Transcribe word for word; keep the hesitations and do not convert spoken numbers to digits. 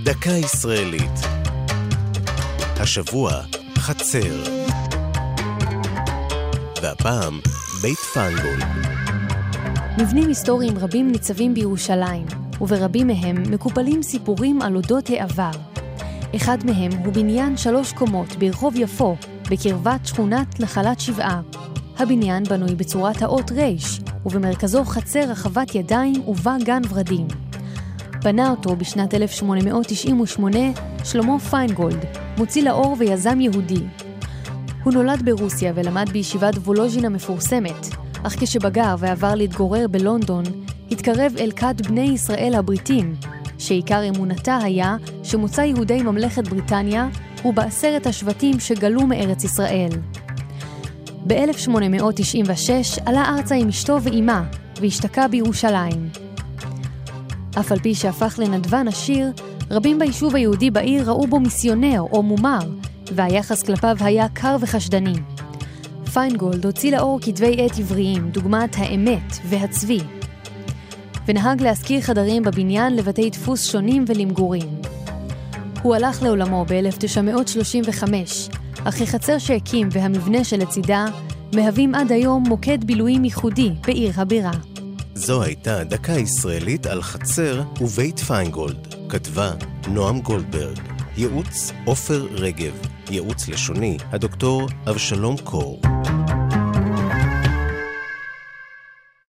דקה ישראלית. השבוע חצר. והפעם בית פיינגולד. מבנים היסטוריים רבים ניצבים בירושלים, וברבים מהם מקופלים סיפורים על אודות העבר. אחד מהם הוא בניין שלוש קומות ברחוב יפו, בקרבת שכונת נחלת שבעה. הבניין בנוי בצורת האות רייש, ובמרכזו חצר רחבת ידיים ובה גן ורדים. בנה אותו בשנת אלף שמונה מאות תשעים ושמונה שלמה פיינגולד, מוציא לאור ויזם יהודי. הוא נולד ברוסיה ולמד בישיבת וולוז'ין המפורסמת, אך כשבגר ועבר להתגורר בלונדון, התקרב אל כת בני ישראל הבריטים, שעיקר אמונתה היה שמוצא יהודי ממלכת בריטניה הוא בעשרת השבטים שגלו מארץ ישראל. ב-אלף שמונה מאות תשעים ושש עלה ארצה עם אשתו ואימה, והשתקע בירושלים. אף על פי שהפך לנדבן עשיר, רבים ביישוב היהודי בעיר ראו בו מיסיונר או מומר, והיחס כלפיו היה קר וחשדני. פיינגולד הוציא לאור כתבי עת עבריים, דוגמת האמת והצבי, ונהג להזכיר חדרים בבניין לבתי דפוס שונים ולמגורים. הוא הלך לעולמו ב-אלף תשע מאות שלושים וחמש, אך החצר שהקים והמבנה שלצידה מהווים עד היום מוקד בילויים ייחודי בעיר הבירה. זו הייתה דקה ישראלית על חצר ובית פיינגולד. כתבה נועם גולדברג. ייעוץ עופר רגב. ייעוץ לשוני הדוקטור אבשלום קור.